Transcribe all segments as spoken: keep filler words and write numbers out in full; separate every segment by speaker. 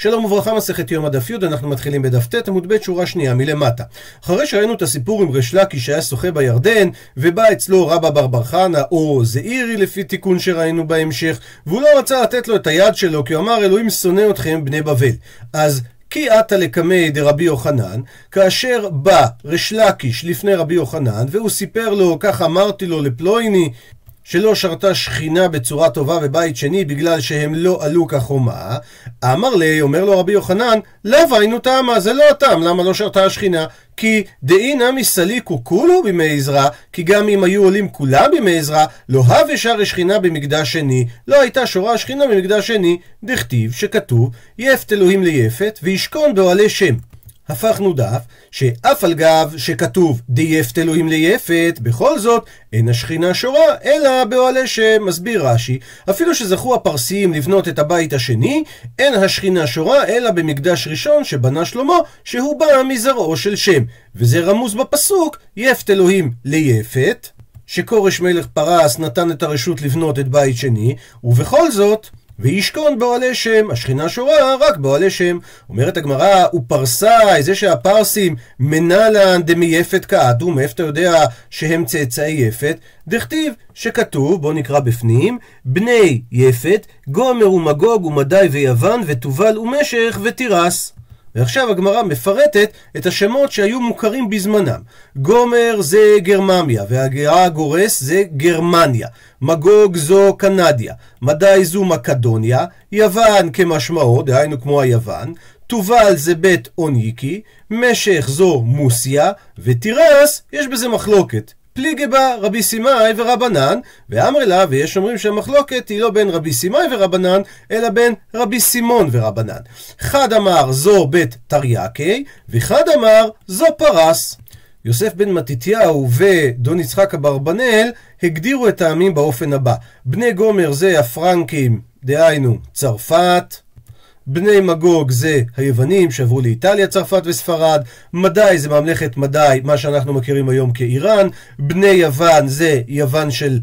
Speaker 1: שלום וברכה, מסכת יום הדף י', אנחנו מתחילים בדף ט' עמוד ב' שורה שנייה מלמטה. אחרי שראינו את הסיפור עם ריש לקיש שהיה שוחה בירדן, ובא אצלו רבא בר בר חנה או זעירי לפי תיקון שראינו בהמשך, והוא לא רצה לתת לו את היד שלו, כי הוא אמר אלוהים שונא אתכם בני בבל. אז כי עתה לקמי דרבי יוחנן, כאשר בא ריש לקיש לפני רבי יוחנן, והוא סיפר לו, כך אמרתי לו לפלויני, שלא שרתה שכינה בצורה טובה בבית שני בגלל שהם לא עלו כחומה, אמר לי, אומר לו רבי יוחנן, לאו היינו טעמה, זה לא הטעם, למה לא שרתה השכינה? כי דאינה מסליקו כולו בימי עזרא, כי גם אם היו עולים כולם בימי עזרא, לא הווה שר שכינה במקדש שני, לא הייתה שורה השכינה במקדש שני, דכתיב שכתוב, יפת אלוהים ליפת וישכון באוהלי שם. הפכנו דף שאף על גב שכתוב דייפת אלוהים ליפת, בכל זאת אין השכינה שורה אלא באוהלי שם. מסביר רש"י, אפילו שזכו הפרסיים לבנות את הבית השני, אין השכינה שורה אלא במקדש ראשון שבנה שלמה, שהוא בא מזרעו של שם, וזה רמוז בפסוק יפת אלוהים ליפת, שכורש מלך פרס נתן את הרשות לבנות את בית שני, ובכל זאת וישכון באוהלי שם, השכינה שורה רק באוהלי שם. אומרת הגמרא, ופרסאי, זה שהפרסים מנהלן דמייפת כעתו, מאיפה אתה יודע שהם צאצאי יפת? דכתיב שכתוב, בוא נקרא בפנים, בני יפת, גומר ומגוג ומדי ויוון ותובל ומשך ותירס. ועכשיו הגמרא מפרטת את השמות שהיו מוכרים בזמנם. גומר זה גרממיה, והגרה גורס זה גרמניה. מגוג זו קנדיה, מדי זו מקדוניה, יוון כמשמעו, דהיינו כמו היוון, תובל זה בית אוניקי, משך זו מוסיה, ותירס יש בזה מחלוקת. פליגי בה רבי סימאי ורבנן, ואמר לה, ויש אומרים שהמחלוקת היא לא בין רבי סימאי ורבנן, אלא בין רבי סימון ורבנן. חד אמר זו בית תרייקי, וחד אמר זו פרס. יוסף בן מתתיהו ודון יצחק אברבנאל הגדירו את העמים באופן הבא. בני גומר זה הפרנקים, דהיינו צרפת, בני מגוג זה היוונים שעברו לאיטליה, צרפת וספרד, מדי זה ממלכת מדי, מה שאנחנו מכירים היום כאיראן, בני יוון זה יוון של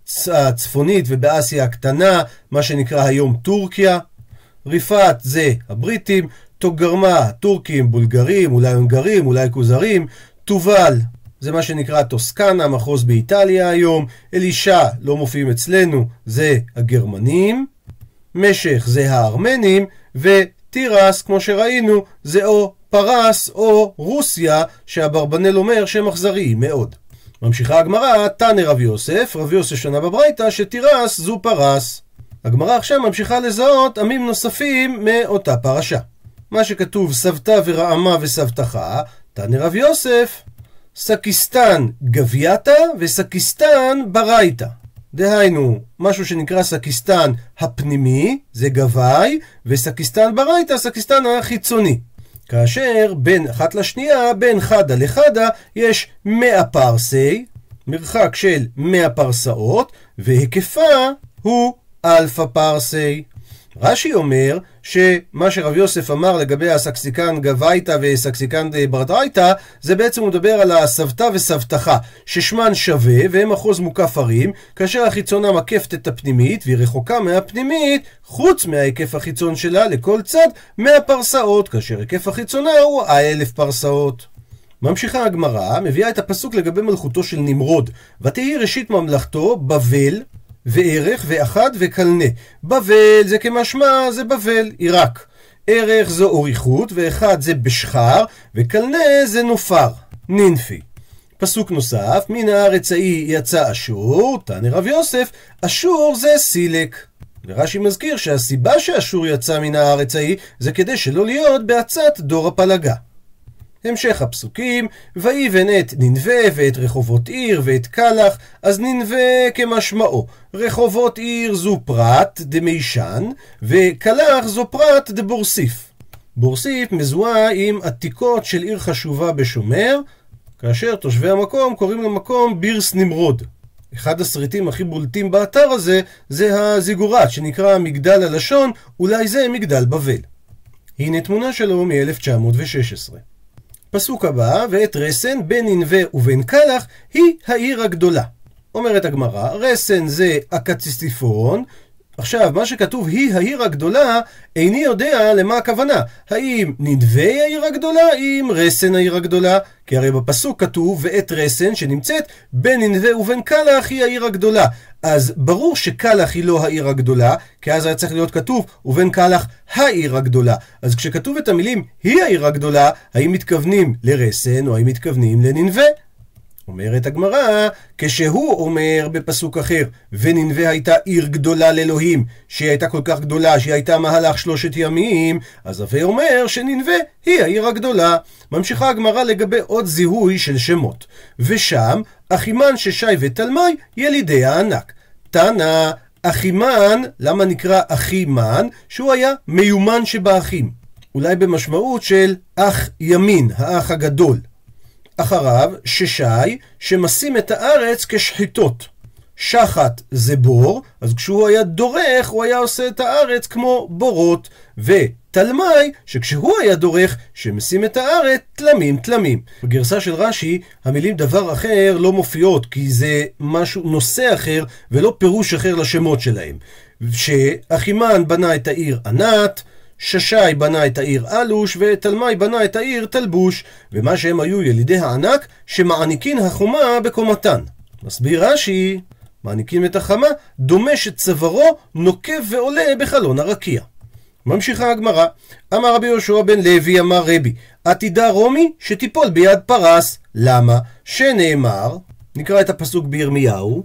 Speaker 1: הצפונית ובאסיה הקטנה, מה שנקרא היום טורקיה, ריפת זה הבריטים, תוגרמה, טורקים, בולגרים, אולי הונגרים, אולי כוזרים, תובל זה מה שנקרא טוסקנה, מחוז באיטליה היום, אלישע לא מופיעים אצלנו, זה הגרמנים, משך זה הארמנים, ותירס, כמו שראינו, זה או פרס או רוסיה, שהברבנאל אומר שהם אכזריים מאוד. ממשיכה הגמרא, תנא רב יוסף, רב יוסף שנה בברייתא, שתירס זו פרס. הגמרא עכשיו ממשיכה לזהות עמים נוספים מאותה פרשה. מה שכתוב סבתא ורעמה וסבתך, תנא רב יוסף, סקיסטן גבייתא וסקיסטן ברייתא. דהיינו, משהו שנקרא סקיסטן הפנימי, זה גווי, וסקיסטן ברייתא, סקיסטן החיצוני. כאשר בין אחת לשנייה, בין חדה לחדה, יש מאה פרסי, מרחק של מאה פרסאות, והיקפה הוא אלפא פרסי. רש"י אומר שמה שרב יוסף אמר לגבי הסקסיקן גבייתא וסקסיקן ברייתא, זה בעצם הוא מדבר על הסבתא וסבתך, ששמן שווה והם אחוז מוקף ערים, כאשר החיצונה מקפת את הפנימית והיא רחוקה מהפנימית, חוץ מההיקף החיצון שלה לכל צד מאה פרסאות, כאשר היקף החיצונה הוא אלף פרסאות. ממשיכה הגמרא, מביאה את הפסוק לגבי מלכותו של נמרוד, ותהי ראשית ממלכתו בבל, וערך ואחד וקלנה. בבל זה כמשמע, זה בבל, עיראק. ערך זו אוריכות, ואחד זה בשחר, וקלנה זה נופר, נינפי. פסוק נוסף, מן הארץ ההיא יצא אשור, תנא רב יוסף, אשור זה סילק. ורש"י מזכיר שהסיבה שאשור יצא מן הארץ ההיא, זה כדי שלא להיות בעצת דור הפלגה. המשך הפסוקים, ויבן את נינווה ואת רחובות עיר ואת קלח, אז נינווה כמשמעו, רחובות עיר זו פרט דמישן, וקלח זו פרט דבורסיף. בורסיף מזוהה עם עתיקות של עיר חשובה בשומר, כאשר תושבי המקום קוראים למקום בירס נמרוד. אחד הסריטים הכי בולטים באתר הזה, זה הזיגורת שנקרא מגדל הלשון, אולי זה מגדל בבל. הנה תמונה שלו מ-אלף תשע מאות ושש עשרה. פסוק הבא, ואת רסן בין נינווה ובין קלח היא העיר הגדולה. אומרת הגמרא, רסן זה הקציסיפון, עכשיו, מה שכתוב היא העיר הגדולה, איני יודע למה הכוונה. האם ננבי העיר הגדולה, אם רסן העיר הגדולה? כי הרי בפסוק כתוב, ואת רסן שנמצאת בין ננבי ובין קלח היא העיר הגדולה. אז ברור שקלח היא לא העיר הגדולה, כי אז היה צריך להיות כתוב, ובין קלח העיר הגדולה. אז כשכתוב את המילים היא העיר הגדולה, האם מתכוונים לרסן או האם מתכוונים לננבי? אומרת הגמרא, כשהוא אומר בפסוק אחר, וננבה הייתה עיר גדולה לאלוהים, שהיא הייתה כל כך גדולה, שהיא הייתה מהלך שלושת ימים, אז הווה אומר שננבה היא העיר הגדולה. ממשיכה הגמרא לגבי עוד זיהוי של שמות. ושם, אחימן, ששי ותלמי, ילידי הענק. תנא, אחימן, למה נקרא אחימן? שהוא היה מיומן שבאחים. אולי במשמעות של אח ימין, האח הגדול. אחריו ששי שמשים את הארץ כשחיטות. שחת זה בור, אז כשהוא היה דורך הוא היה עושה את הארץ כמו בורות. ותלמי שכשהוא היה דורך שמשים את הארץ תלמים תלמים. בגרסה של רש"י המילים דבר אחר לא מופיעות כי זה משהו נושא אחר ולא פירוש אחר לשמות שלהם. שאחימן בנה את העיר ענת, ששי בנה את העיר אלוש, ותלמי בנה את העיר תלבוש, ומה שהם היו ילידי הענק שמעניקין החומה בקומתן. מסביר רש"י, מעניקים את החמה דומה שצווארו נוקב ועולה בחלון הרקיע. ממשיכה הגמרא, אמר רבי יהושע בן לוי אמר רבי, עתידה רומי שתיפול ביד פרס. למה? שנאמר, נקרא את הפסוק בירמיהו,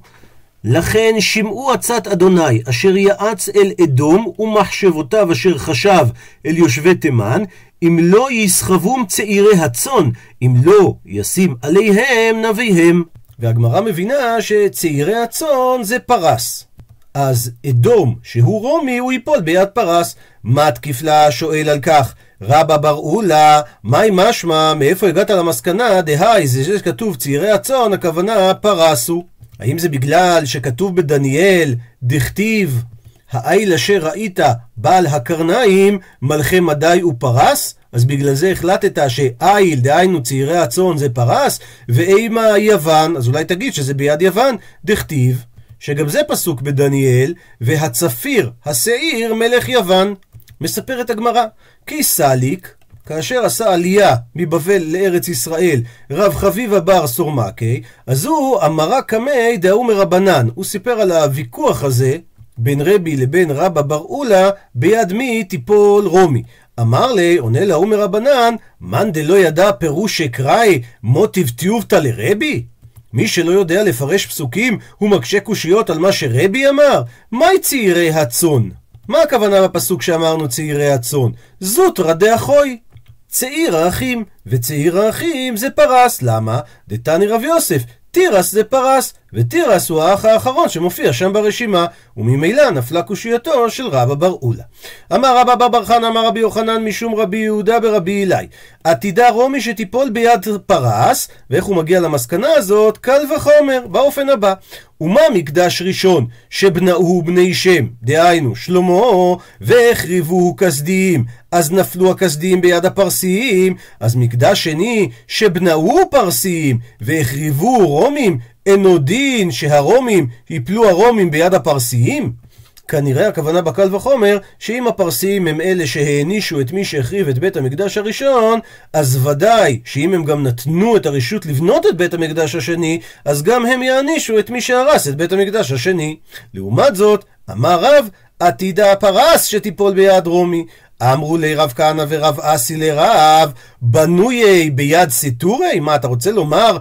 Speaker 1: לכן שמעו עצת אדוני אשר יעץ אל אדום ומחשבותיו אשר חשב אל יושבי תימן, אם לא יסחבום צעירי הצאן, אם לא ישים עליהם נביהם. והגמרא מבינה שצעירי הצאן זה פרס. אז אדום שהוא רומי הוא ייפול ביד פרס. מה תקיפלה שואל על כך? רבא בר אולה, מהי משמע? מאיפה הגעת למסקנה? דהי זה שכתוב צעירי הצאן, הכוונה פרסו. האם זה בגלל שכתוב בדניאל, דכתיב, האיל אשר ראית בעל הקרניים, מלכי מדי ופרס? אז בגלל זה החלטת שאיל, דהיינו צעירי הצאן זה פרס, ואימה יוון, אז אולי תגיד שזה ביד יוון, דכתיב, שגם זה פסוק בדניאל, והצפיר, השעיר, מלך יוון. מספרת הגמרא, כי סליק, כאשר עשה עלייה מבבל לארץ ישראל רב חביבה בר סורמקי, אז הוא אמרה קמי דאו מרבנן. הוא סיפר על הוויכוח הזה בין רבי לבין רבא בר אולה, ביד מי תיפול רומי. אמר לי, עונה לאו מרבנן, מן דלא ידע פירוש שקראי מוטיב תיובתא לרבי? מי שלא יודע לפרש פסוקים הוא מקשה קושיות על מה שרבי אמר? מהי צעירי הצאן? מה הכוונה בפסוק שאמרנו צעירי הצאן? זוטרא דאחוי, צעיר האחים, וצעיר האחים זה פרס. למה? דתני רב יוסף, תירס זה פרס, ותירס הוא האח האחרון שמופיע שם ברשימה, וממילא נפלה קושייתו של רבא בר אולה. אמר רבא בר בר חנא אמר רבי יוחנן משום רבי יהודה ברבי אלי, עתידה רומי שתיפול ביד פרס. ואיך הוא מגיע למסקנה הזאת? קל וחומר, באופן הבא, ומה מקדש ראשון שבנאו בני שם, דהיינו שלמה, והחריבוהו כסדים, אז נפלו הכסדים ביד הפרסיים. אז מקדש שני שבנאו פרסיים והחריבוהו רומים, אינו דין שהרומים יפלו הרומים ביד הפרסיים? כנראה הכוונה בקל וחומר שאם הפרסיים הם אלה שהענישו את מי שהחריב את בית המקדש הראשון, אז ודאי שאם הם גם נתנו את הרשות לבנות את בית המקדש השני, אז גם הם יענישו את מי שהרס את בית המקדש השני. לעומת זאת, אמר רב, עתידה הפרס שתיפול ביד רומי. אמרו לי רב כהנא ורב אסי לרב, בנויי ביד סתורי? מה אתה רוצה לומר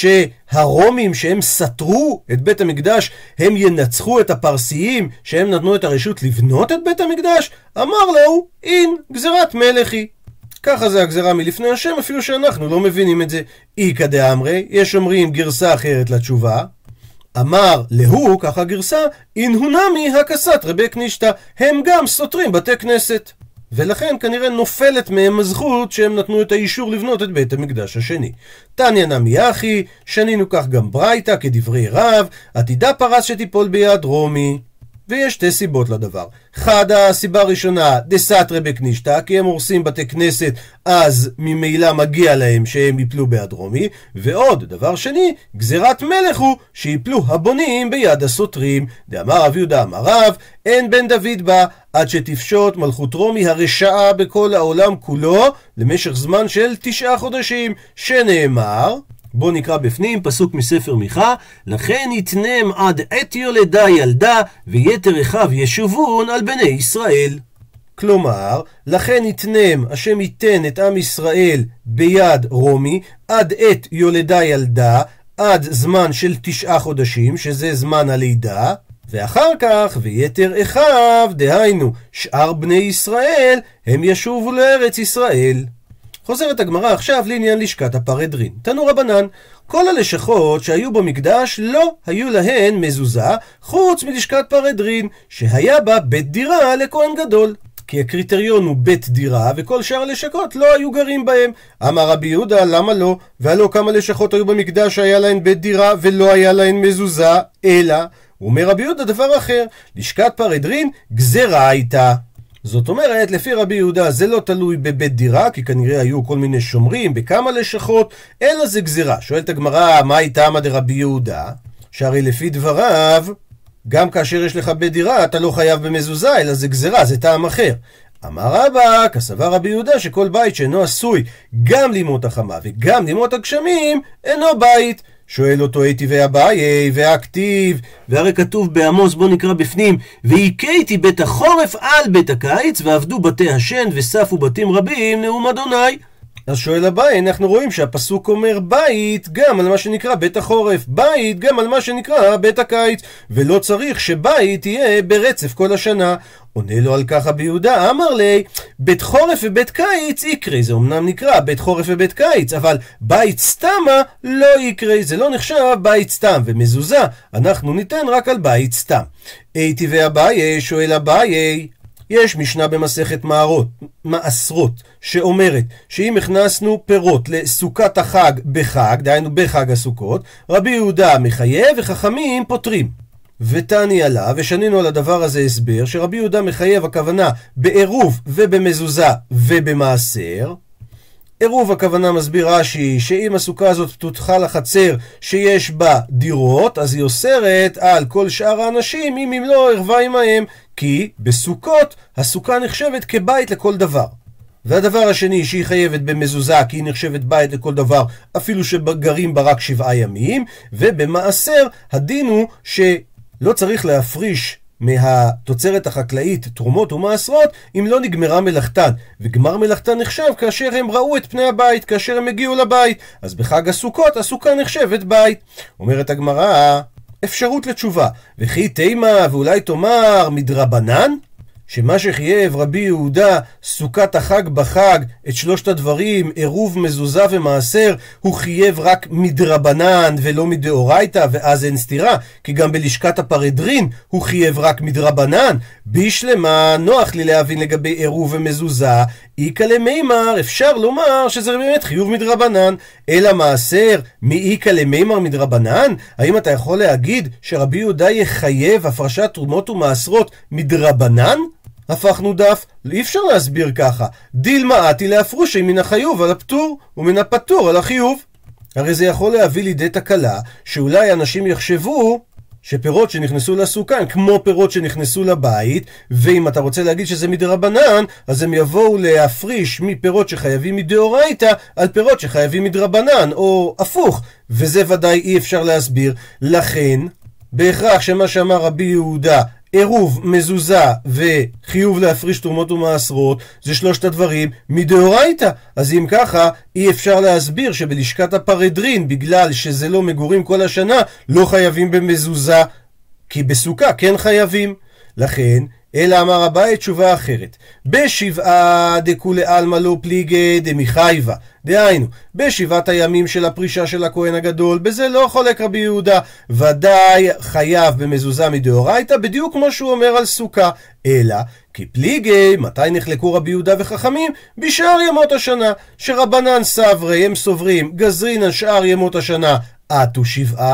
Speaker 1: שהרומים שהם סתרו את בית המקדש הם ינצחו את הפרסיים שהם נתנו את הרשות לבנות את בית המקדש? אמר לו, אין גזירת מלכי. ככה זה הגזרה מלפני השם, אפילו שאנחנו לא מבינים את זה. איקא דאמרי, יש אומרים גרסה אחרת לתשובה, אמר להו, ככה גרסה, אין הונמי הקסת רבי קנישתא, הם גם סותרים בתי כנסת, ולכן כנראה נופלת מהם הזכות שהם נתנו את האישור לבנות את בית המקדש השני. תניא נמי אחי, שנינו כך גם ברייתא כדברי רב, עתידה פרס שתיפול ביד רומי. ויש שתי סיבות לדבר. אחד, הסיבה הראשונה, דסתרי בקנישתא, כי הם הורסים בתי כנסת, אז ממילא מגיע להם שהם יפלו ביד רומי. ועוד, דבר שני, גזירת מלך הוא שיפלו הבונים ביד הסותרים. דאמר רב יהודה אמר רב, אין בן דוד בא עד שתפשוט מלכות רומי הרשעה בכל העולם כולו למשך זמן של תשעה חודשים, שנאמר, בוא נקרא בפנים פסוק מספר מיכה, לכן יתנם עד עת יולדה ילדה ויתר אחיו ישובון על בני ישראל. כלומר, לכן יתנם, השם ייתן את עם ישראל ביד רומי עד עת יולדה ילדה, עד זמן של תשעה חודשים, שזה זמן הלידה, ואחר כך ויתר אחיו, דהיינו שאר בני ישראל, הם ישובו לארץ ישראל. חוזרת הגמרא עכשיו לעניין לשכת הפרדרין. תנו רבנן, כל הלשכות שהיו במקדש לא היו להן מזוזה, חוץ מלשכת פרדרין, שהיה בה בית דירה לכהן גדול. כי הקריטריון הוא בית דירה, וכל שאר הלשכות לא היו גרים בהם. אמר רבי יהודה, למה לא? והלא כמה לשכות היו במקדש שהיה להן בית דירה ולא היה להן מזוזה, אלא, הוא אומר רבי יהודה דבר אחר, לשכת פרדרין גזרה הייתה. זאת אומרת, לפי רבי יהודה זה לא תלוי בבית דירה, כי כנראה היו כל מיני שומרים בכמה לשכות, אלא זה גזירה. שואלת הגמרא, מה הייתה עמד רבי יהודה? שהרי לפי דבריו, גם כאשר יש לך בית דירה, אתה לא חייב במזוזה, אלא זה גזירה, זה טעם אחר. אמר רבא, כסבר רבי יהודה שכל בית שאינו עשוי גם לימות החמה וגם לימות הגשמים, אינו בית. שואל אותו היטיבי אביי, והכתיב, והרי כתוב בעמוס, בוא נקרא בפנים, והיכיתי בית החורף על בית הקיץ, ועבדו בתי השן וספו בתים רבים נאום אדוני. אז שואל אביי, אנחנו רואים שהפסוק אומר בית גם על מה שנקרא בית החורף, בית גם על מה שנקרא בית הקיץ, ולא צריך שבית יהיה ברצף כל השנה. עונה לו על כך רבי יהודה, אמר לי, בית חורף ובית קיץ יקרה, זה אמנם נקרא בית חורף ובית קיץ, אבל בית סתמה לא יקרה, זה לא נחשב בית סתם, ומזוזה אנחנו ניתן רק על בית סתם. היטיבי אביי, שואל אביי, יש משנה במסכת מערות, מעשרות, שאומרת שאם הכנסנו פירות לסוכת החג בחג, דהיינו בחג הסוכות, רבי יהודה מחייב וחכמים פותרים. ותני עלה, ושנינו על הדבר הזה הסבר, שרבי יהודה מחייב הכוונה בעירוב ובמזוזה ובמעשר. עירוב הכוונה מסביר רש"י שאם הסוכה הזאת פתוחה לחצר שיש בה דירות, אז היא אוסרת על כל שאר האנשים אם היא לא ערבה עמהם, כי בסוכות הסוכה נחשבת כבית לכל דבר. והדבר השני שהיא חייבת במזוזה כי היא נחשבת בית לכל דבר אפילו שגרים בה רק שבעה ימים, ובמעשר הדין הוא שלא צריך להפריש מהתוצרת החקלאית תרומות ומעשרות אם לא נגמרה מלאכתן, וגמר מלאכתן נחשב כאשר הם ראו את פני הבית, כאשר הם הגיעו לבית. אז בחג הסוכות הסוכה נחשבת בית. אומרת הגמרא, אפשרות לתשובה, וכי תימה ואולי תאמר מדרבנן, שמה שחייב רבי יהודה סוכת החג בחג את שלושת הדברים, עירוב, מזוזה ומעשר, הוא חייב רק מדרבנן ולא מדאורייתא, ואז אין סתירה, כי גם בלשכת הפרדרין הוא חייב רק מדרבנן. בשלמה נוח לי להבין לגבי עירוב ומזוזה, איקא למימר, אפשר לומר שזה באמת חיוב מדרבנן, אלא מעשר מאיקא למימר מדרבנן? האם אתה יכול להגיד שרבי יהודה יחייב הפרשת תרומות ומעשרות מדרבנן? הפכנו דף, אי אפשר להסביר ככה. דילמאתי להפרושי מן החיוב על הפטור ומן הפטור על החיוב. הרי זה יכול להביא לידי תקלה שאולי אנשים יחשבו שפירות שנכנסו לסוכה הם כמו פירות שנכנסו לבית, ואם אתה רוצה להגיד שזה מדרבנן, אז הם יבואו להפריש מפירות שחייבים מדאורייתא על פירות שחייבים מדרבנן, או הפוך, וזה ודאי אי אפשר להסביר. לכן בהכרח שמה שאמר רבי יהודה, עירוב, מזוזה וחיוב להפריש תרומות ומעשרות, זה שלושת הדברים מדאורייתא. אז אם ככה, אי אפשר להסביר שבלשכת הפרדרין, בגלל שזה לא מגורים כל השנה, לא חייבים במזוזה, כי בסוכה כן חייבים. לכן, אלא אמר אביי תשובה אחרת. בשבעה דכולי עלמא לא פליגי דמחייבה. דהיינו, בשבעת הימים של הפרישה של הכהן הגדול, בזה לא חולק רבי יהודה, ודאי חייב במזוזה מדאורייתא, בדיוק כמו שהוא אומר על סוכה. אלא, כי פליגי, מתי נחלקו רבי יהודה וחכמים? בשאר ימות השנה, שרבנן סברי הם סוברים גזרין על שאר ימות השנה עטו שבעה,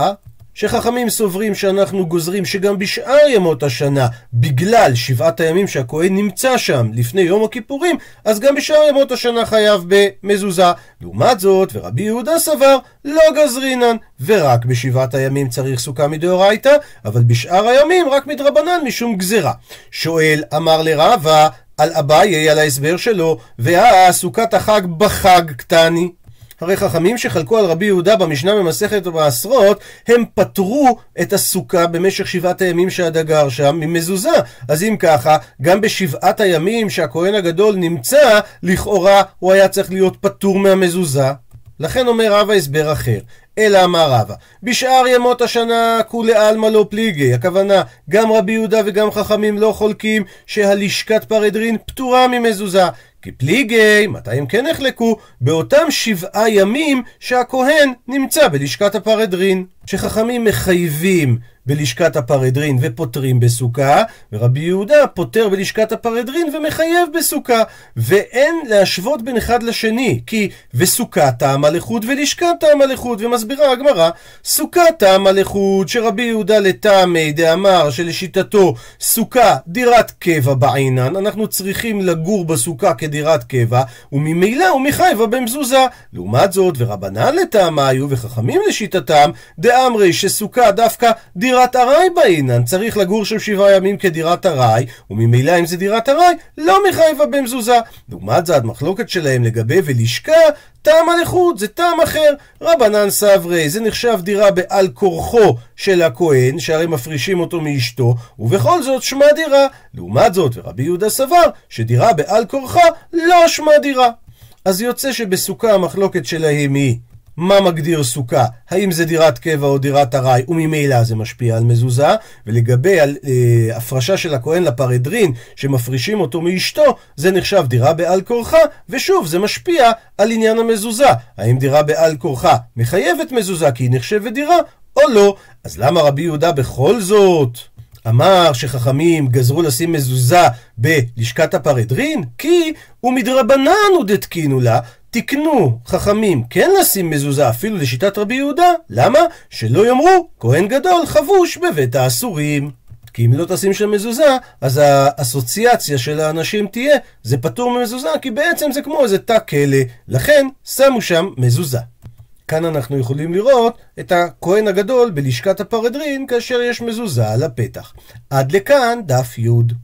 Speaker 1: שחכמים סוברים שאנחנו גוזרים שגם בשאר ימות השנה, בגלל שבעת הימים שהכהן נמצא שם לפני יום הכיפורים, אז גם בשאר ימות השנה חייב במזוזה. לעומת זאת, ורבי יהודה סבר, לא גזרינן, ורק בשבעת הימים צריך סוכה מדאורייתא, אבל בשאר הימים רק מדרבנן משום גזרה. שואל, אמר לרבא, על אביי על ההסבר שלו, ואה סוכת החג בחג קטני. הרי חכמים שחלקו על רבי יהודה במשנה במסכת מעשרות, הם פטרו את הסוכה במשך שבעת הימים שהדגר שם ממזוזה. אז אם ככה, גם בשבעת הימים שהכהן הגדול נמצא, לכאורה הוא היה צריך להיות פטור מהמזוזה. לכן אומר רבא הסבר אחר. אלא אמר רבא, בשאר ימות השנה כולי עלמא לא פליגי, הכוונה גם רבי יהודה וגם חכמים לא חולקים שהלשכת פרדרין פטורה ממזוזה. כי פליגי, מתי הם כן החלקו? באותם שבעה ימים שהכהן נמצא בלשכת הפרדרין. שחכמים מחייבים בלשכת הפרדרין ופותרים בסוכה, ורבי יהודה פותר בלשכת הפרדרין ומחייב בסוכה, ואין להשוות בין אחד לשני, כי וסוכה טעמה לחוד ולשכת טעמה לחוד. ומסבירה הגמרא, סוכה טעמה לחוד שרבי יהודה לטעמי דאמר שלשיטתו סוכה דירת קבע בעינן, אנחנו צריכים לגור בסוכה כדירת קבע, וממילא הוא מחייבה במזוזה. לעומת זאת, ורבנן לטעמה היו וחכמים לשיטתם דאמרי שסוכה דווקא דירת ארעי בעינן, צריך לגור שם שבעה ימים כדירת ארעי, וממילא אם זה דירת ארעי לא מחייבה במזוזה. לעומת זאת, מחלוקת שלהם לגבי ולשכה טעם הלכות, זה טעם אחר. רבנן סברי, זה נחשב דירה בעל כורחו של הכהן, שהרי מפרישים אותו מאשתו, ובכל זאת שמה דירה. לעומת זאת, ורבי יהודה סבר שדירה בעל כורחה לא שמה דירה. אז יוצא שבסוכה המחלוקת שלהם היא מה מגדיר סוכה, האם זה דירת קבע או דירת ארעי, וממילא זה משפיע על מזוזה. ולגבי על, אה, הפרשה של הכהן לפרדרין שמפרישים אותו מאשתו, זה נחשב דירה בעל כורחה, ושוב זה משפיע על עניין המזוזה, האם דירה בעל כורחה מחייבת מזוזה כי היא נחשבת דירה או לא. אז למה רבי יהודה בכל זאת אמר שחכמים גזרו לשים מזוזה בלשכת הפרדרין? כי ומדרבנן הוא דתקינו לה, תקנו חכמים כן לשים מזוזה אפילו לשיטת רבי יהודה. למה? שלא יאמרו כהן גדול חבוש בבית האסורים. כי אם לא תשים שם מזוזה, אז האסוציאציה של האנשים תהיה זה פטור ממזוזה, כי בעצם זה כמו איזה תא כלא, לכן שמו שם מזוזה. כאן אנחנו יכולים לראות את הכהן הגדול בלשכת הפרדרין כאשר יש מזוזה על הפתח. עד לכאן דף י'.